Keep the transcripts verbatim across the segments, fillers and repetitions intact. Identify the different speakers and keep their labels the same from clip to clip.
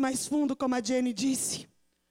Speaker 1: mais fundo, como a Jenny disse.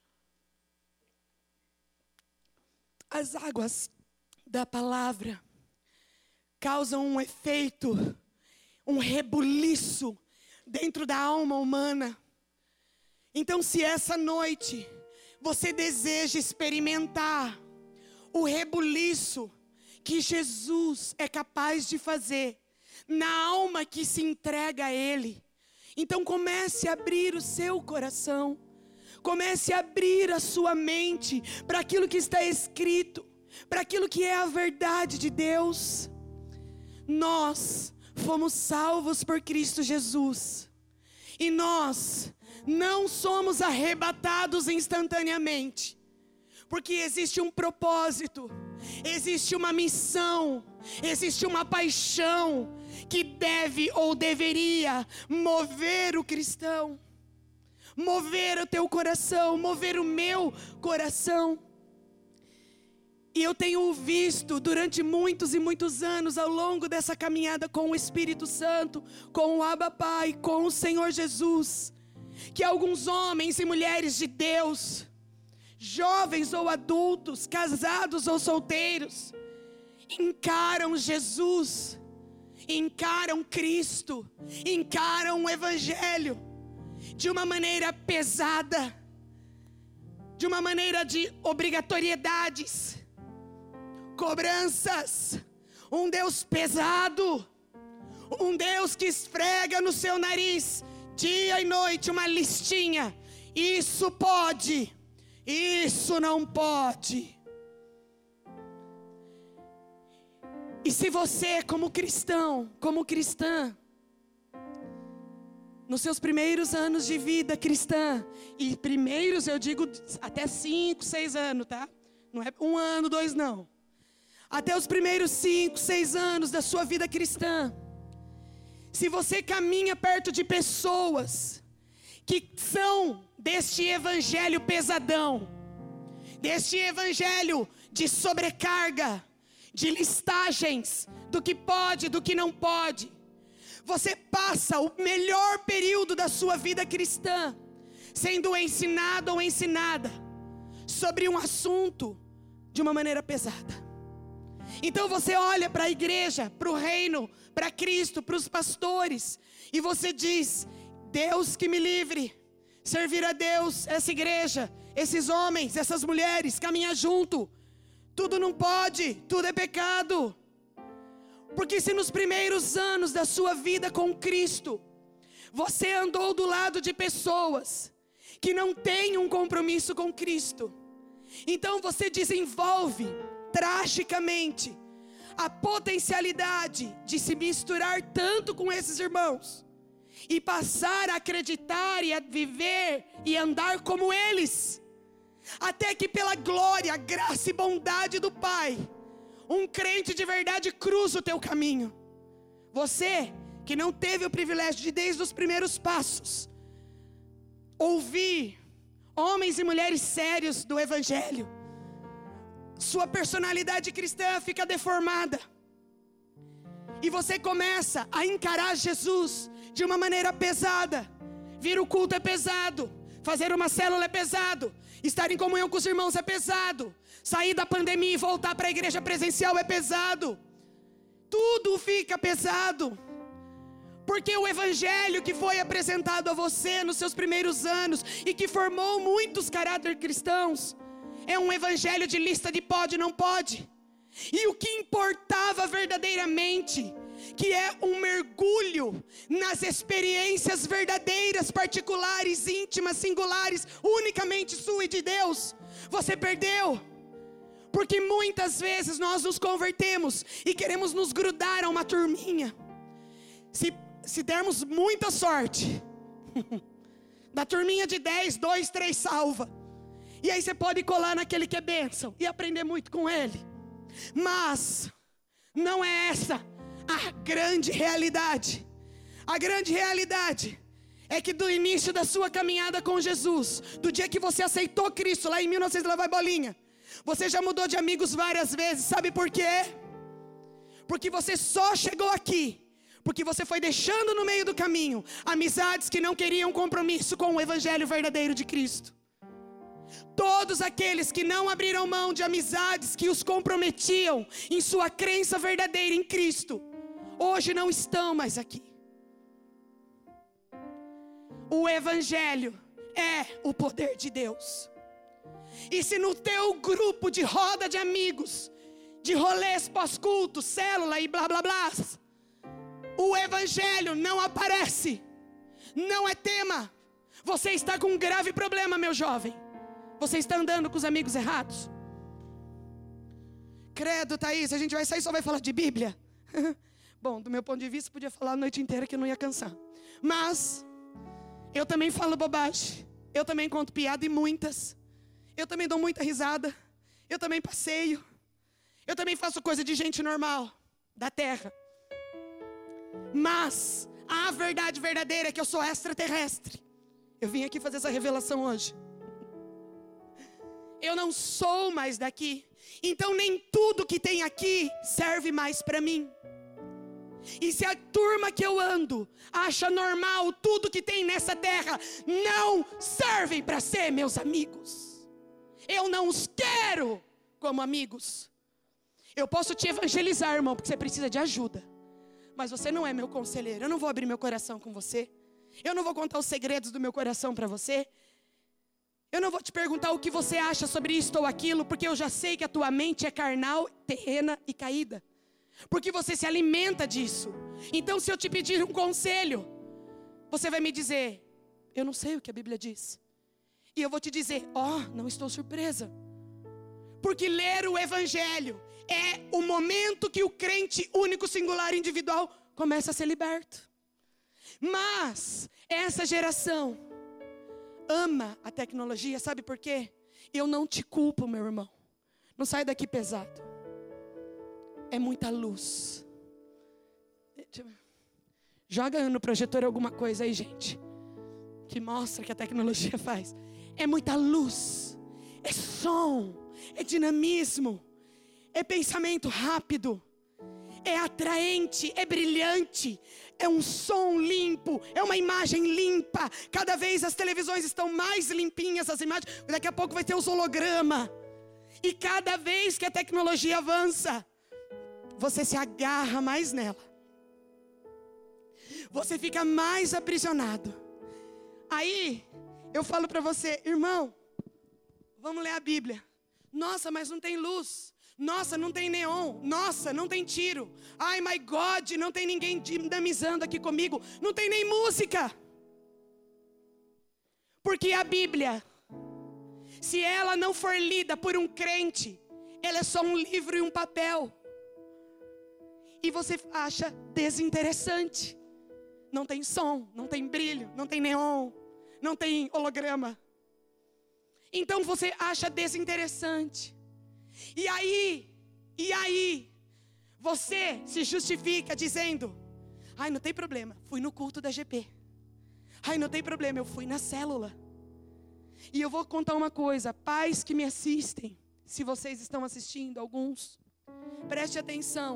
Speaker 1: As águas da palavra causam um efeito, um rebuliço dentro da alma humana. Então, se essa noite você deseja experimentar o rebuliço que Jesus é capaz de fazer na alma que se entrega a Ele, então comece a abrir o seu coração, comece a abrir a sua mente para aquilo que está escrito, para aquilo que é a verdade de Deus. Nós fomos salvos por Cristo Jesus, e nós não somos arrebatados instantaneamente, porque existe um propósito, existe uma missão, existe uma paixão que deve ou deveria mover o cristão, mover o teu coração, mover o meu coração. E eu tenho visto durante muitos e muitos anos, ao longo dessa caminhada com o Espírito Santo, com o Abba Pai, com o Senhor Jesus, que alguns homens e mulheres de Deus, jovens ou adultos, casados ou solteiros, encaram Jesus, encaram Cristo, encaram o Evangelho de uma maneira pesada, de uma maneira de obrigatoriedades, cobranças, um Deus pesado, um Deus que esfrega no seu nariz dia e noite uma listinha: isso pode, isso não pode. E se você, como cristão, como cristã, nos seus primeiros anos de vida cristã, e primeiros eu digo até cinco, seis anos, tá? Não é um ano, dois não. Até os primeiros cinco, seis anos da sua vida cristã, se você caminha perto de pessoas que são deste evangelho pesadão, deste evangelho de sobrecarga, de listagens do que pode, do que não pode, você passa o melhor período da sua vida cristã sendo ensinado ou ensinada sobre um assunto de uma maneira pesada. Então você olha para a igreja, para o reino, para Cristo, para os pastores, e você diz: Deus que me livre, servir a Deus, essa igreja, esses homens, essas mulheres, caminhar junto, tudo não pode, tudo é pecado. Porque se nos primeiros anos da sua vida com Cristo, você andou do lado de pessoas que não têm um compromisso com Cristo, então você desenvolve tragicamente a potencialidade de se misturar tanto com esses irmãos e passar a acreditar e a viver e andar como eles, até que pela glória, graça e bondade do Pai, um crente de verdade cruza o teu caminho. Você que não teve o privilégio de desde os primeiros passos ouvir homens e mulheres sérios do Evangelho, sua personalidade cristã fica deformada, e você começa a encarar Jesus de uma maneira pesada. Vir o culto é pesado, fazer uma célula é pesado, estar em comunhão com os irmãos é pesado, sair da pandemia e voltar para a igreja presencial é pesado. Tudo fica pesado, porque o evangelho que foi apresentado a você nos seus primeiros anos e que formou muitos caráter cristãos é um evangelho de lista de pode e não pode. E o que importava verdadeiramente, que é um mergulho nas experiências verdadeiras, particulares, íntimas, singulares, unicamente sua e de Deus, você perdeu. Porque muitas vezes nós nos convertemos e queremos nos grudar a uma turminha. Se, se dermos muita sorte, da turminha de dez, dois, três salva. E aí você pode colar naquele que é bênção e aprender muito com ele. Mas não é essa a grande realidade. A grande realidade é que do início da sua caminhada com Jesus, do dia que você aceitou Cristo, lá em mil e novecentos, lá vai bolinha, você já mudou de amigos várias vezes. Sabe por quê? Porque você só chegou aqui Porque você foi deixando no meio do caminho amizades que não queriam compromisso com o evangelho verdadeiro de Cristo. Todos aqueles que não abriram mão de amizades que os comprometiam em sua crença verdadeira em Cristo, hoje não estão mais aqui. O evangelho é o poder de Deus. E se no teu grupo de roda de amigos, de rolês pós-culto, célula e blá blá blá, o evangelho não aparece, não é tema, você está com um grave problema, meu jovem. Você está andando com os amigos errados. Credo, Thaís, a gente vai sair e só vai falar de Bíblia. Bom, do meu ponto de vista, podia falar a noite inteira que eu não ia cansar. Mas eu também falo bobagem. Eu também conto piada e muitas. Eu também dou muita risada. Eu também passeio. Eu também faço coisa de gente normal, da terra. Mas a verdade verdadeira é que eu sou extraterrestre. Eu vim aqui fazer essa revelação hoje. Eu não sou mais daqui. Então nem tudo que tem aqui serve mais para mim. E se a turma que eu ando acha normal tudo que tem nessa terra, não servem para ser meus amigos. Eu não os quero como amigos. Eu posso te evangelizar, irmão, porque você precisa de ajuda. Mas você não é meu conselheiro. Eu não vou abrir meu coração com você. Eu não vou contar os segredos do meu coração para você. Eu não vou te perguntar o que você acha sobre isto ou aquilo, porque eu já sei que a tua mente é carnal, terrena e caída. Porque você se alimenta disso. Então se eu te pedir um conselho, você vai me dizer, eu não sei o que a Bíblia diz. E eu vou te dizer, ó, oh, não estou surpresa. Porque ler o evangelho é o momento que o crente único, singular e individual começa a ser liberto. Mas essa geração ama a tecnologia, sabe por quê? Eu não te culpo, meu irmão. Não sai daqui pesado. É muita luz. Joga no projetor alguma coisa aí, gente, que mostra que a tecnologia faz. É muita luz, é som, é dinamismo, é pensamento rápido, é atraente, é brilhante, é um som limpo, é uma imagem limpa. Cada vez as televisões estão mais limpinhas, as imagens, daqui a pouco vai ter os hologramas. E cada vez que a tecnologia avança, você se agarra mais nela. Você fica mais aprisionado. Aí, eu falo para você, irmão, vamos ler a Bíblia. Nossa, mas não tem luz. Nossa, não tem neon. Nossa, não tem tiro. Ai, my God, não tem ninguém dinamizando aqui comigo. Não tem nem música. Porque a Bíblia, se ela não for lida por um crente, ela é só um livro e um papel. E você acha desinteressante. Não tem som, não tem brilho, não tem neon, não tem holograma. Então você acha desinteressante. E aí, e aí, você se justifica dizendo, ai, não tem problema, fui no culto da G P. Ai, não tem problema, eu fui na célula. E eu vou contar uma coisa, pais que me assistem, se vocês estão assistindo, alguns, preste atenção.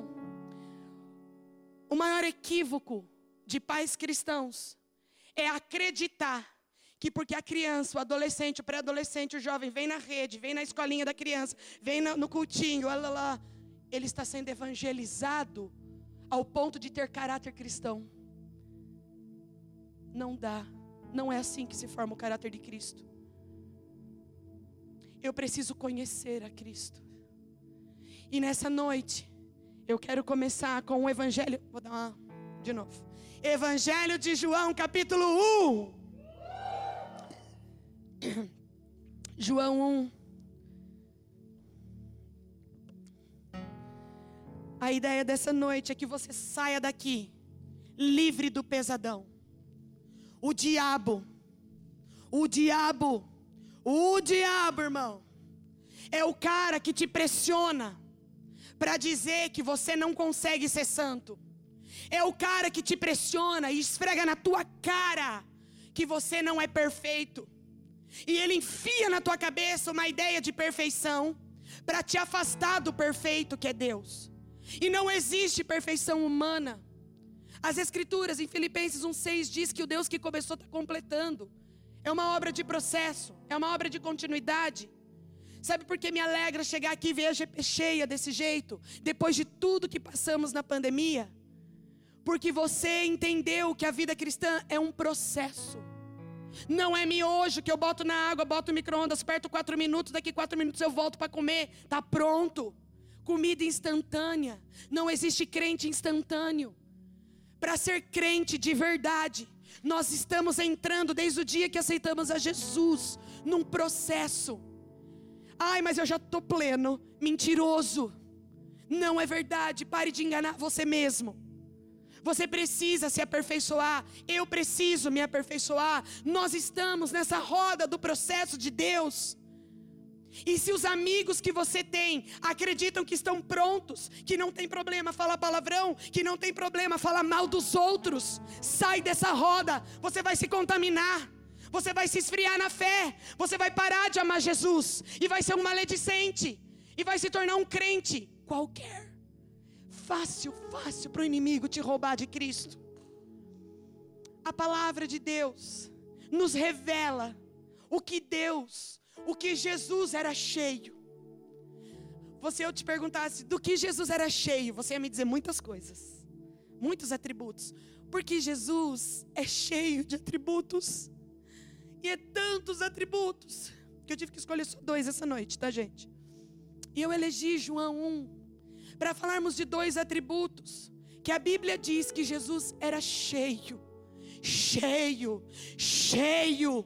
Speaker 1: O maior equívoco de pais cristãos é acreditar que porque a criança, o adolescente, o pré-adolescente, o jovem vem na rede, vem na escolinha da criança, vem no cultinho, lá, lá, ele está sendo evangelizado ao ponto de ter caráter cristão. Não dá, não é assim que se forma o caráter de Cristo. Eu preciso conhecer a Cristo. E nessa noite, eu quero começar com o evangelho, vou dar uma, de novo. Evangelho de João, capítulo um. João um. A ideia dessa noite é que você saia daqui livre do pesadão. O diabo, o diabo, o diabo, irmão, é o cara que te pressiona para dizer que você não consegue ser santo. É o cara que te pressiona e esfrega na tua cara que você não é perfeito. E ele enfia na tua cabeça uma ideia de perfeição para te afastar do perfeito que é Deus. E não existe perfeição humana. As Escrituras, em Filipenses um seis, diz que o Deus que começou está completando. É uma obra de processo, é uma obra de continuidade. Sabe por que me alegra chegar aqui e ver a G P cheia desse jeito? Depois de tudo que passamos na pandemia. Porque você entendeu que a vida cristã é um processo. Não é miojo que eu boto na água, boto no micro-ondas, aperto quatro minutos, daqui quatro minutos eu volto para comer. Está pronto. Comida instantânea. Não existe crente instantâneo. Para ser crente de verdade, nós estamos entrando desde o dia que aceitamos a Jesus, num processo. Ai, mas eu já estou pleno. Mentiroso. Não é verdade. Pare de enganar você mesmo. Você precisa se aperfeiçoar. Eu preciso me aperfeiçoar. Nós estamos nessa roda do processo de Deus. E se os amigos que você tem acreditam que estão prontos, que não tem problema falar palavrão, que não tem problema falar mal dos outros, sai dessa roda. Você vai se contaminar. Você vai se esfriar na fé. Você vai parar de amar Jesus. E vai ser um maledicente. E vai se tornar um crente qualquer. Fácil, fácil para o inimigo te roubar de Cristo. A palavra de Deus nos revela o que Deus, o que Jesus era cheio. Se eu te perguntasse do que Jesus era cheio, você ia me dizer muitas coisas. Muitos atributos. Porque Jesus é cheio de atributos. E é tantos atributos que eu tive que escolher só dois essa noite, tá, gente? E eu elegi João um para falarmos de dois atributos que a Bíblia diz que Jesus era cheio, cheio, cheio.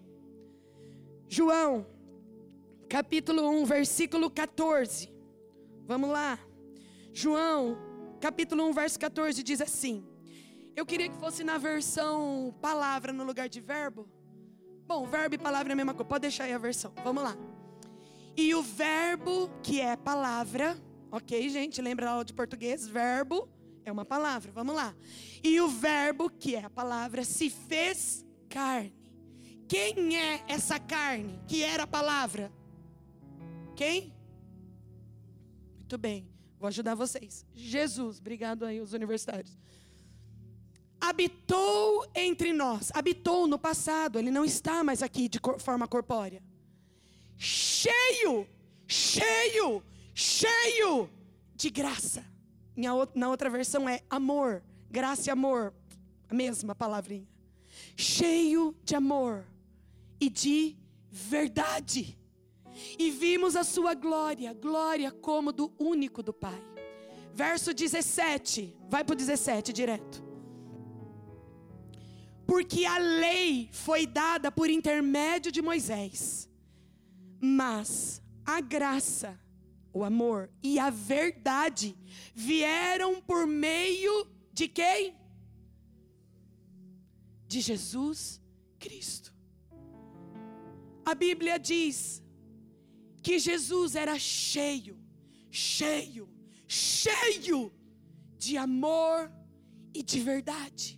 Speaker 1: João, capítulo um, versículo catorze. Vamos lá. João, capítulo um, verso catorze diz assim. Eu queria que fosse na versão palavra no lugar de verbo. Bom, verbo e palavra é a mesma coisa. Pode deixar aí a versão. Vamos lá. E o verbo, que é palavra. Ok, gente? Lembra da aula de português? Verbo é uma palavra. Vamos lá. E o verbo, que é a palavra, se fez carne. Quem é essa carne que era a palavra? Quem? Muito bem. Vou ajudar vocês. Jesus. Obrigado aí, os universitários. Habitou entre nós. Habitou no passado. Ele não está mais aqui de cor, forma corpórea. Cheio, cheio, cheio de graça. Na outra versão é amor. Graça e amor. A mesma palavrinha. Cheio de amor e de verdade. E vimos a sua glória. Glória como do único do Pai. Verso dezessete. Vai para o dezessete direto. Porque a lei foi dada por intermédio de Moisés, mas a graça, o amor e a verdade vieram por meio de quem? De Jesus Cristo. A Bíblia diz que Jesus era cheio, cheio, cheio de amor e de verdade.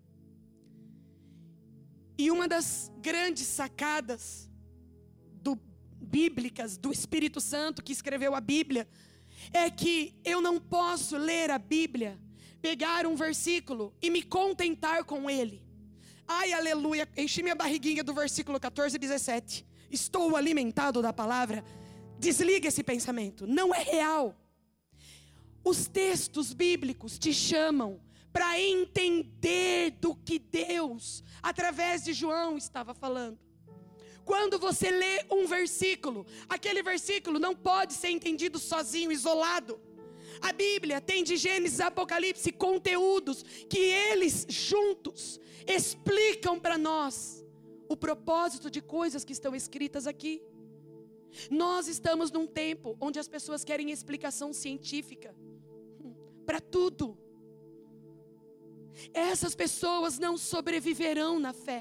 Speaker 1: E uma das grandes sacadas do, bíblicas do Espírito Santo que escreveu a Bíblia é que eu não posso ler a Bíblia, pegar um versículo e me contentar com ele. Ai, aleluia, enchi minha barriguinha do versículo catorze e dezessete. Estou alimentado da palavra. Desliga esse pensamento, não é real. Os textos bíblicos te chamam para entender do que Deus, através de João, estava falando. Quando você lê um versículo, aquele versículo não pode ser entendido sozinho, isolado. A Bíblia tem de Gênesis a Apocalipse conteúdos que eles juntos explicam para nós o propósito de coisas que estão escritas aqui. Nós estamos num tempo onde as pessoas querem explicação científica para tudo. Essas pessoas não sobreviverão na fé,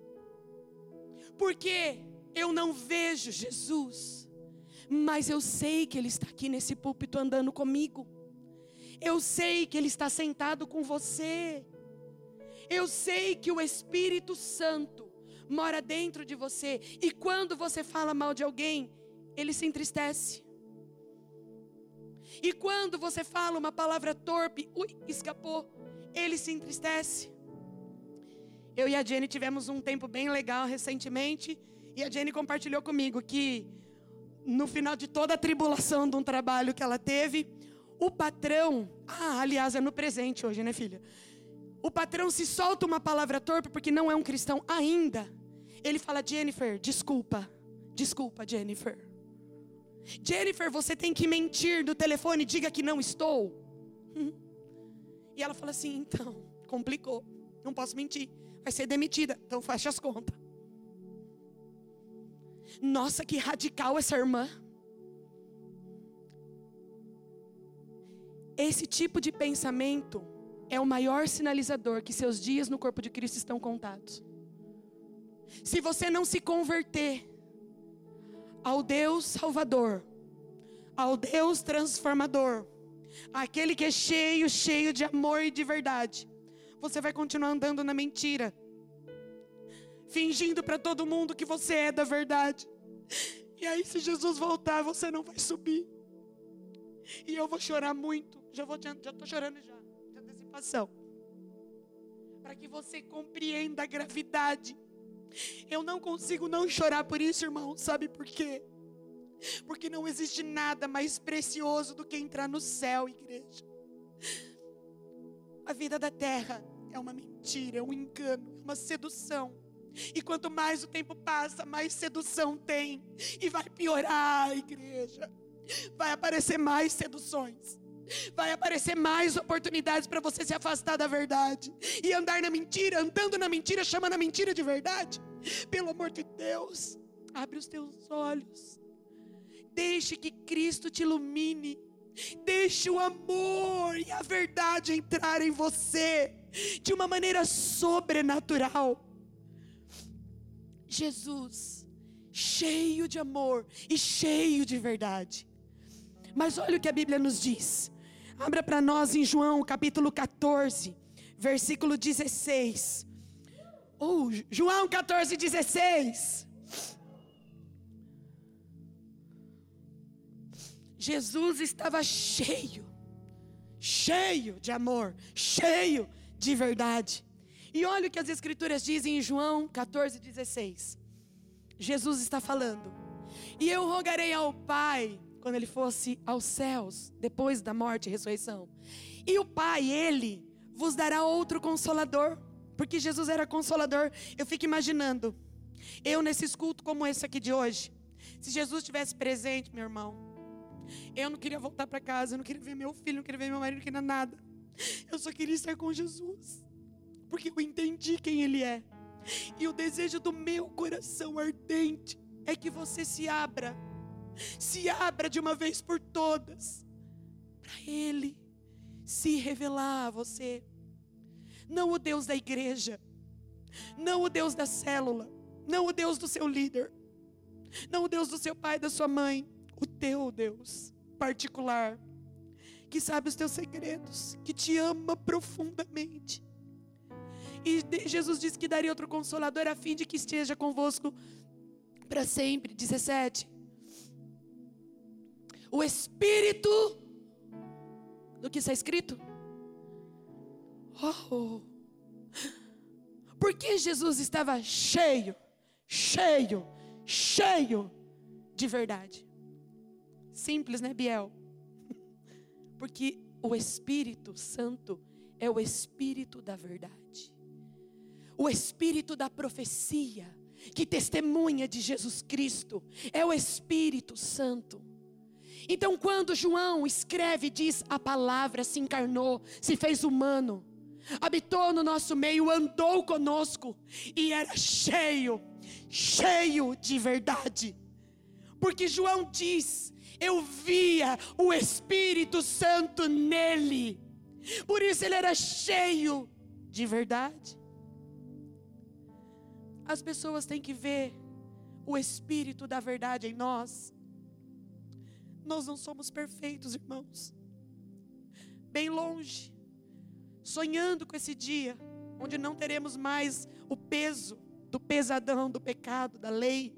Speaker 1: porque eu não vejo Jesus, mas eu sei que Ele está aqui nesse púlpito andando comigo. Eu sei que Ele está sentado com você. Eu sei que o Espírito Santo mora dentro de você. E quando você fala mal de alguém, Ele se entristece. E quando você fala uma palavra torpe, ui, escapou. ele se entristece. Eu e a Jenny tivemos um tempo bem legal recentemente, e a Jenny compartilhou comigo que no final de toda a tribulação de um trabalho que ela teve, o patrão, ah, aliás, é no presente hoje, né, filha? O patrão se solta uma palavra torpe porque não é um cristão ainda. Ele fala: Jennifer, desculpa, desculpa, Jennifer. Jennifer, você tem que mentir no telefone, diga que não estou. Hum. E ela fala assim: então, complicou, não posso mentir, vai ser demitida, então fecha as contas. Nossa, que radical essa irmã. Esse tipo de pensamento é o maior sinalizador que seus dias no corpo de Cristo estão contados. Se você não se converter ao Deus Salvador, ao Deus transformador, aquele que é cheio, cheio de amor e de verdade, você vai continuar andando na mentira, fingindo para todo mundo que você é da verdade. E aí, se Jesus voltar, você não vai subir. E eu vou chorar muito. Já vou, já estou chorando já, de antecipação, para que você compreenda a gravidade. Eu não consigo não chorar por isso, irmão. Sabe por quê? Porque não existe nada mais precioso do que entrar no céu, igreja. A vida da terra é uma mentira, é um engano, é uma sedução. E quanto mais o tempo passa, mais sedução tem. E vai piorar, igreja. Vai aparecer mais seduções. Vai aparecer mais oportunidades para você se afastar da verdade e andar na mentira. Andando na mentira, chama na mentira de verdade. Pelo amor de Deus, abre os teus olhos. Deixe que Cristo te ilumine. Deixe o amor e a verdade entrar em você de uma maneira sobrenatural. Jesus, cheio de amor e cheio de verdade. Mas olha o que a Bíblia nos diz. Abra para nós em João capítulo catorze, versículo dezesseis. Oh, João catorze, dezesseis. Jesus estava cheio, cheio de amor, cheio de verdade. E olha o que as Escrituras dizem em João catorze, dezesseis. Jesus está falando: e eu rogarei ao Pai, quando ele fosse aos céus, depois da morte e ressurreição. E o Pai, Ele, vos dará outro Consolador. Porque Jesus era Consolador. Eu fico imaginando, eu nesses cultos como esse aqui de hoje, se Jesus estivesse presente, meu irmão, eu não queria voltar para casa, eu não queria ver meu filho, não queria ver meu marido, não queria nada. Eu só queria estar com Jesus, porque eu entendi quem Ele é. E o desejo do meu coração ardente é que você se abra, se abra de uma vez por todas, para Ele se revelar a você. Não o Deus da igreja, não o Deus da célula, não o Deus do seu líder, não o Deus do seu pai, da sua mãe. O teu Deus particular, que sabe os teus segredos, que te ama profundamente. E Jesus disse que daria outro Consolador a fim de que esteja convosco para sempre. dezessete. O Espírito do que está escrito. Oh, porque Jesus estava cheio, cheio, cheio de verdade. Simples, né, Biel? Porque o Espírito Santo é o Espírito da verdade, o Espírito da profecia, que testemunha de Jesus Cristo, é o Espírito Santo. Então quando João escreve e diz: a palavra se encarnou, se fez humano, habitou no nosso meio, andou conosco, e era cheio, cheio de verdade. Porque João diz: eu via o Espírito Santo nele, por isso ele era cheio de verdade. As pessoas têm que ver o Espírito da verdade em nós. Nós não somos perfeitos, irmãos. Bem longe. Sonhando com esse dia, onde não teremos mais o peso do pesadão, do pecado, da lei.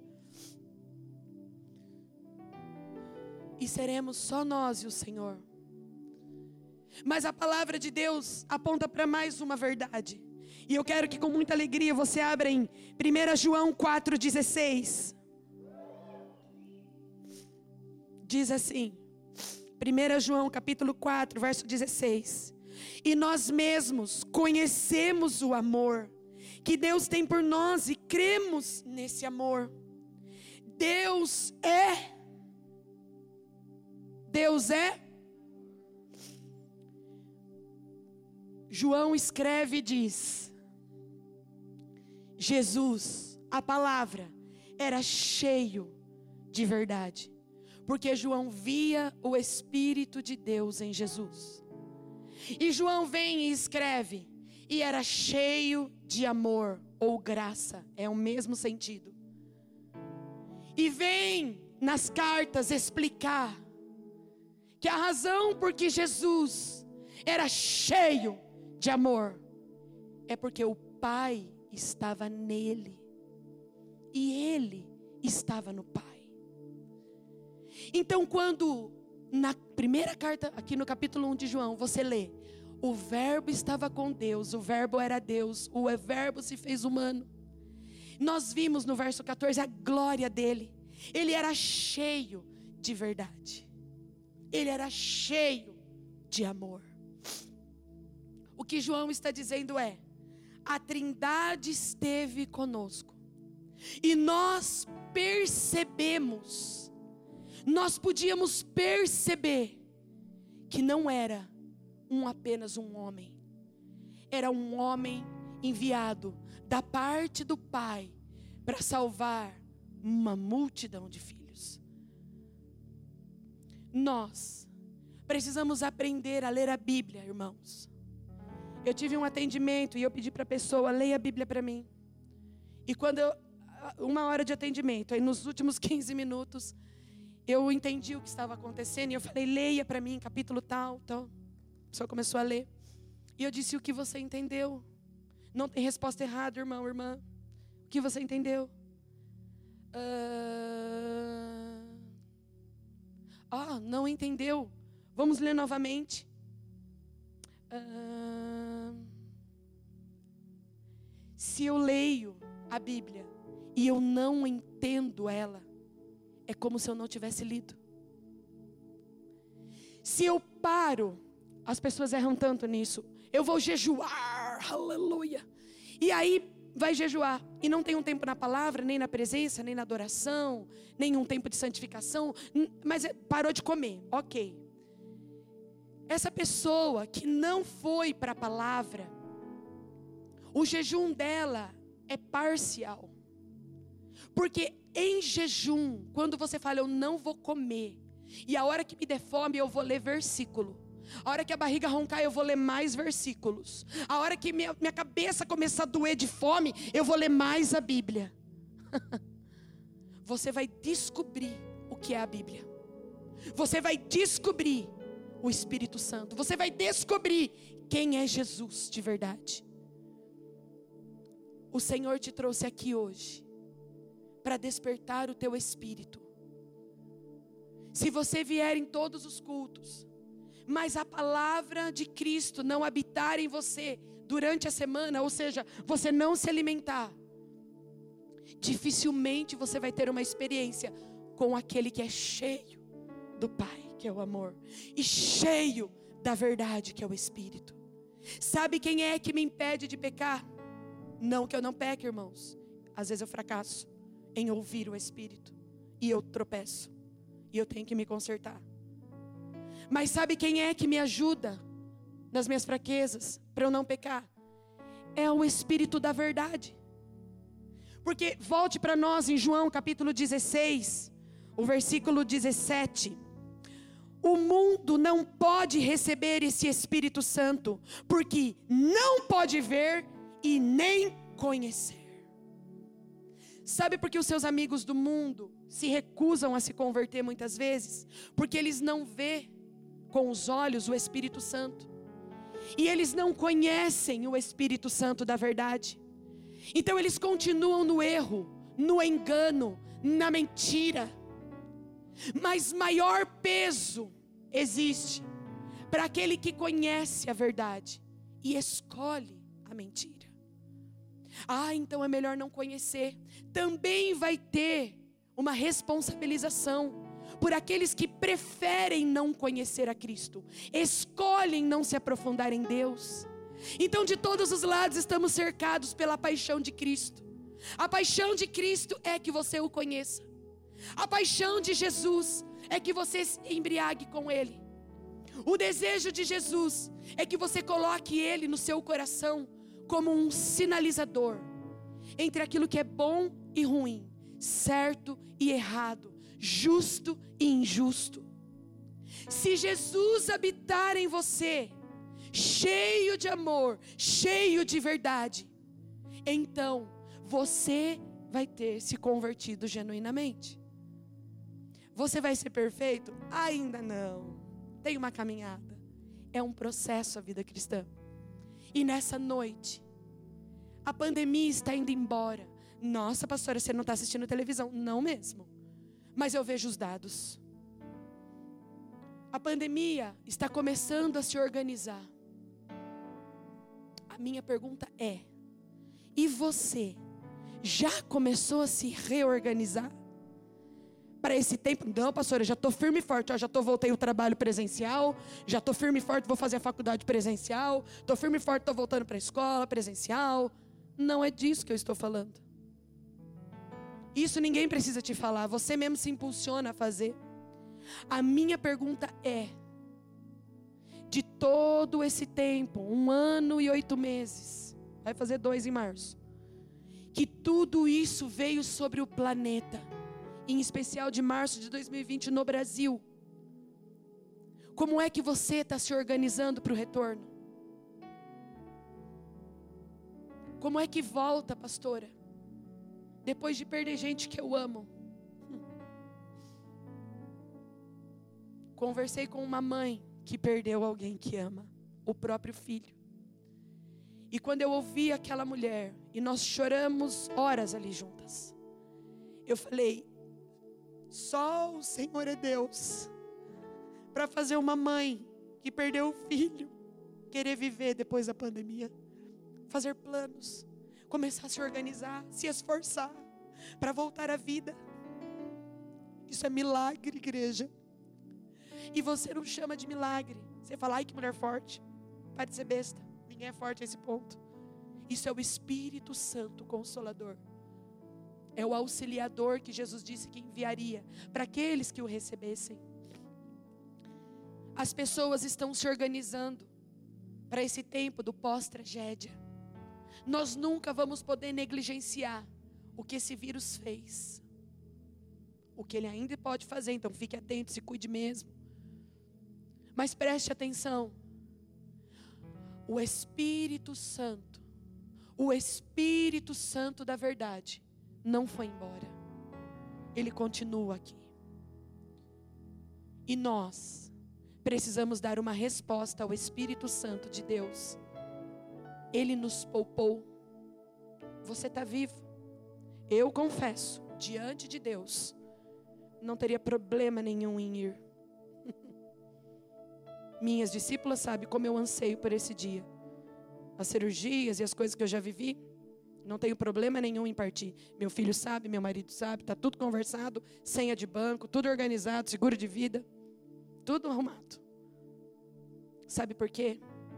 Speaker 1: E seremos só nós e o Senhor. Mas a palavra de Deus aponta para mais uma verdade. E eu quero que com muita alegria você abra em primeira João quatro dezesseis. Diz assim, primeira João capítulo quatro, verso dezesseis. E nós mesmos conhecemos o amor que Deus tem por nós e cremos nesse amor. Deus é. Deus é. João escreve e diz: Jesus, a palavra, era cheio de verdade, porque João via o Espírito de Deus em Jesus. E João vem e escreve, e era cheio de amor ou graça, é o mesmo sentido. E vem nas cartas explicar que a razão por que Jesus era cheio de amor é porque o Pai estava nele e ele estava no Pai. Então, quando na primeira carta, aqui no capítulo um de João, você lê: o verbo estava com Deus, o verbo era Deus, o verbo se fez humano. Nós vimos no verso quatorze a glória dele. Ele era cheio de verdade. Ele era cheio de amor. O que João está dizendo é: a Trindade esteve conosco. E nós percebemos, nós podíamos perceber que não era um apenas um homem. Era um homem enviado da parte do Pai para salvar uma multidão de filhos. Nós precisamos aprender a ler a Bíblia, irmãos. Eu tive um atendimento e eu pedi para a pessoa: leia a Bíblia para mim. E quando eu, uma hora de atendimento, aí nos últimos quinze minutos, eu entendi o que estava acontecendo e eu falei: leia para mim, capítulo tal, tal. A pessoa começou a ler. E eu disse: o que você entendeu? Não tem resposta errada, irmão, irmã. O que você entendeu? Ah, ah não entendeu. Vamos ler novamente. Ah, se eu leio a Bíblia e eu não entendo ela, é como se eu não tivesse lido. Se eu paro, as pessoas erram tanto nisso. Eu vou jejuar, aleluia. E aí vai jejuar e não tem um tempo na palavra, nem na presença, nem na adoração, nem um tempo de santificação, mas parou de comer, ok. Essa pessoa que não foi para a palavra, o jejum dela é parcial. Porque em jejum, quando você fala: eu não vou comer, e a hora que me der fome eu vou ler versículo, a hora que a barriga roncar eu vou ler mais versículos, a hora que minha, minha cabeça começar a doer de fome, eu vou ler mais a Bíblia. Você vai descobrir o que é a Bíblia. Você vai descobrir o Espírito Santo. Você vai descobrir quem é Jesus de verdade. O Senhor te trouxe aqui hoje para despertar o teu espírito. Se você vier em todos os cultos, mas a palavra de Cristo não habitar em você durante a semana, ou seja, você não se alimentar, dificilmente você vai ter uma experiência com aquele que é cheio do Pai, que é o amor, e cheio da verdade, que é o Espírito. Sabe quem é que me impede de pecar? Não que eu não peque, irmãos. Às vezes eu fracasso em ouvir o Espírito e eu tropeço e eu tenho que me consertar. Mas sabe quem é que me ajuda nas minhas fraquezas para eu não pecar? É o Espírito da verdade. Porque volte para nós em João capítulo dezesseis, o versículo dezessete. O mundo não pode receber esse Espírito Santo, porque não pode ver e nem conhecer. Sabe por que os seus amigos do mundo se recusam a se converter muitas vezes? Porque eles não vê com os olhos o Espírito Santo. E eles não conhecem o Espírito Santo da verdade. Então eles continuam no erro, no engano, na mentira. Mas maior peso existe para aquele que conhece a verdade e escolhe a mentira. Ah, então é melhor não conhecer. Também vai ter uma responsabilização por aqueles que preferem não conhecer a Cristo, escolhem não se aprofundar em Deus. Então de todos os lados estamos cercados pela paixão de Cristo. A paixão de Cristo é que você o conheça. A paixão de Jesus é que você se embriague com Ele. O desejo de Jesus é que você coloque Ele no seu coração como um sinalizador entre aquilo que é bom e ruim, certo e errado, justo e injusto. Se Jesus habitar em você, cheio de amor, cheio de verdade, então você vai ter se convertido genuinamente. Você vai ser perfeito? Ainda não. Tem uma caminhada. É um processo a vida cristã. E nessa noite, a pandemia está indo embora. Nossa, pastora, você não está assistindo televisão. Não mesmo. Mas eu vejo os dados. A pandemia está começando a se organizar. A minha pergunta é: e você já começou a se reorganizar para esse tempo? Não, pastora, já estou firme e forte, ó, já estou, voltei ao trabalho presencial, já estou firme e forte, vou fazer a faculdade presencial, estou firme e forte, estou voltando para a escola presencial. Não é disso que eu estou falando. Isso ninguém precisa te falar, você mesmo se impulsiona a fazer. A minha pergunta é: de todo esse tempo, um ano e oito meses, vai fazer dois em março, que tudo isso veio sobre o planeta, em especial de março de dois mil e vinte no Brasil, como é que você está se organizando para o retorno? Como é que volta, pastora? Depois de perder gente que eu amo. Conversei com uma mãe que perdeu alguém que ama, o próprio filho. E quando eu ouvi aquela mulher, e nós choramos horas ali juntas, eu falei: só o Senhor é Deus para fazer uma mãe que perdeu o filho querer viver depois da pandemia, fazer planos, começar a se organizar, se esforçar para voltar à vida. Isso é milagre, igreja. E você não chama de milagre. Você fala: ai, que mulher forte. Para de ser besta. Ninguém é forte a esse ponto. Isso é o Espírito Santo Consolador. É o auxiliador que Jesus disse que enviaria para aqueles que o recebessem. As pessoas estão se organizando para esse tempo do pós-tragédia. Nós nunca vamos poder negligenciar o que esse vírus fez. O que ele ainda pode fazer, então fique atento, se cuide mesmo. Mas preste atenção. O Espírito Santo, o Espírito Santo da verdade, não foi embora. Ele continua aqui. E nós precisamos dar uma resposta ao Espírito Santo de Deus. Ele nos poupou. Você está vivo. Eu confesso, diante de Deus, não teria problema nenhum em ir. Minhas discípulas sabem como eu anseio por esse dia. As cirurgias e as coisas que eu já vivi, não tenho problema nenhum em partir. Meu filho sabe, meu marido sabe, está tudo conversado, senha de banco, tudo organizado, seguro de vida, tudo arrumado. Sabe por quê?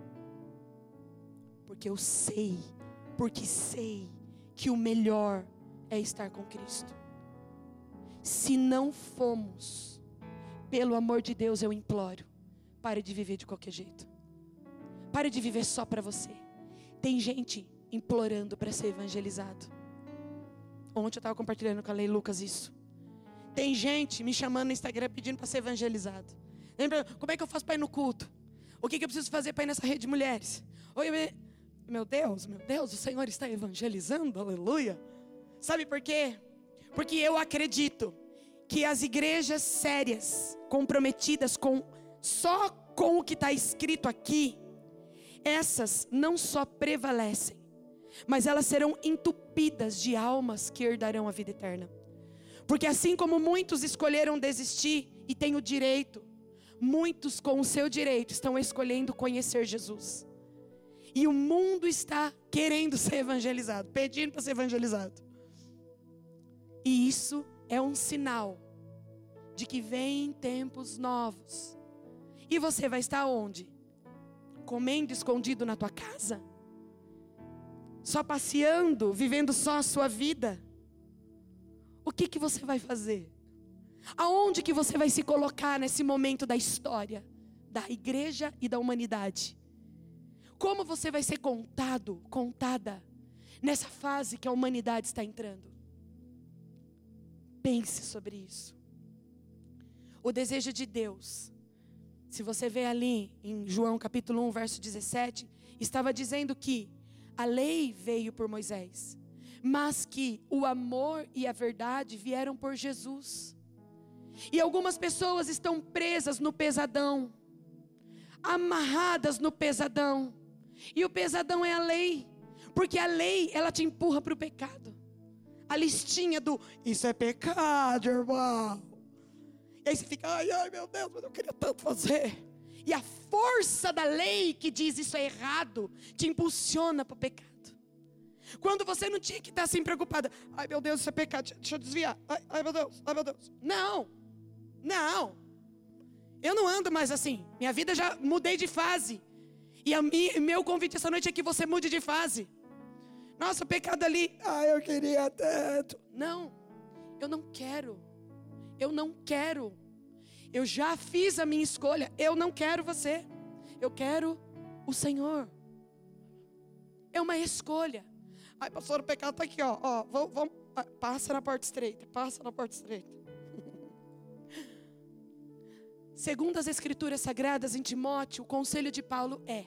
Speaker 1: Porque eu sei, porque sei que o melhor é estar com Cristo. Se não fomos, pelo amor de Deus, eu imploro, pare de viver de qualquer jeito. Pare de viver só para você. Tem gente implorando para ser evangelizado. Ontem eu estava compartilhando com a Lei Lucas isso. Tem gente me chamando no Instagram pedindo para ser evangelizado. Lembra, como é que eu faço para ir no culto? O que, que eu preciso fazer para ir nessa rede de mulheres? Oi, meu Deus, meu Deus, o Senhor está evangelizando, aleluia. Sabe por quê? Porque eu acredito que as igrejas sérias, comprometidas com, só com o que está escrito aqui, essas não só prevalecem, mas elas serão entupidas de almas que herdarão a vida eterna. Porque assim como muitos escolheram desistir, e têm o direito, muitos com o seu direito estão escolhendo conhecer Jesus. E o mundo está querendo ser evangelizado, pedindo para ser evangelizado. E isso é um sinal de que vem tempos novos. E você vai estar onde? Comendo escondido na tua casa? Só passeando, vivendo só a sua vida? O que que você vai fazer? Aonde que você vai se colocar nesse momento da história, da igreja e da humanidade? Como você vai ser contado, contada, nessa fase que a humanidade está entrando? Pense sobre isso. O desejo de Deus, se você vê ali em João capítulo um, verso dezessete, estava dizendo que a lei veio por Moisés, mas que o amor e a verdade vieram por Jesus. E algumas pessoas estão presas no pesadão, amarradas no pesadão. E o pesadão é a lei, porque a lei, ela te empurra para o pecado. A listinha do, isso é pecado, irmão. E aí você fica, ai, ai, meu Deus, mas eu queria tanto fazer. E a força da lei que diz isso é errado, te impulsiona para o pecado. Quando você não tinha que estar assim preocupada, ai meu Deus, isso é pecado, deixa eu desviar. Ai, ai meu Deus, ai meu Deus. Não, não. Eu não ando mais assim. Minha vida já mudei de fase. E a mi, meu convite essa noite é que você mude de fase. Nossa, pecado ali, ai eu queria tanto. Não, eu não quero. Eu não quero. Eu já fiz a minha escolha. Eu não quero você. Eu quero o Senhor. É uma escolha. Ai, pastor, o pecado está aqui, ó. ó vamos, vamos, passa na porta estreita. Passa na porta estreita. Segundo as Escrituras Sagradas em Timóteo, o conselho de Paulo é: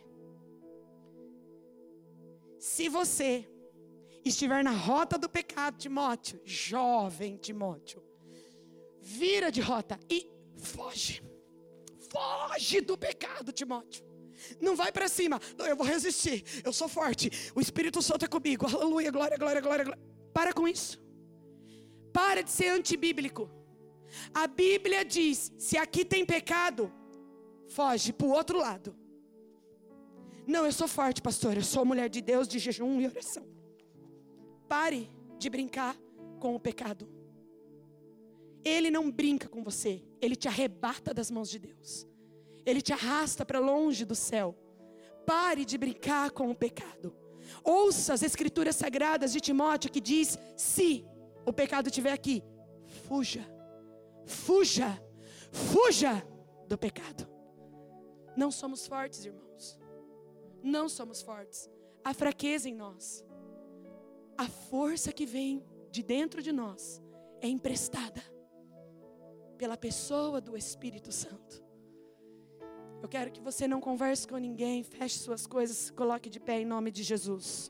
Speaker 1: se você estiver na rota do pecado, Timóteo, jovem Timóteo, vira de rota e foge. Foge do pecado, Timóteo. Não vai para cima. Não, eu vou resistir. Eu sou forte. O Espírito Santo é comigo. Aleluia, glória, glória, glória, glória. Para com isso. Para de ser antibíblico. A Bíblia diz, se aqui tem pecado, foge para o outro lado. Não, eu sou forte, pastor. Eu sou mulher de Deus, de jejum e oração. Pare de brincar com o pecado. Ele não brinca com você. Ele te arrebata das mãos de Deus. Ele te arrasta para longe do céu. Pare de brincar com o pecado. Ouça as Escrituras Sagradas de Timóteo que diz, se o pecado estiver aqui, fuja. Fuja. Fuja do pecado. Não somos fortes, irmãos. Não somos fortes. Há fraqueza em nós. A força que vem de dentro de nós é emprestada pela pessoa do Espírito Santo. Eu quero que você não converse com ninguém, feche suas coisas, coloque de pé em nome de Jesus.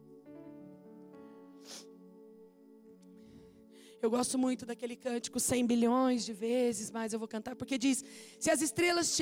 Speaker 1: Eu gosto muito daquele cântico cem bilhões de vezes, mas eu vou cantar porque diz, se as estrelas te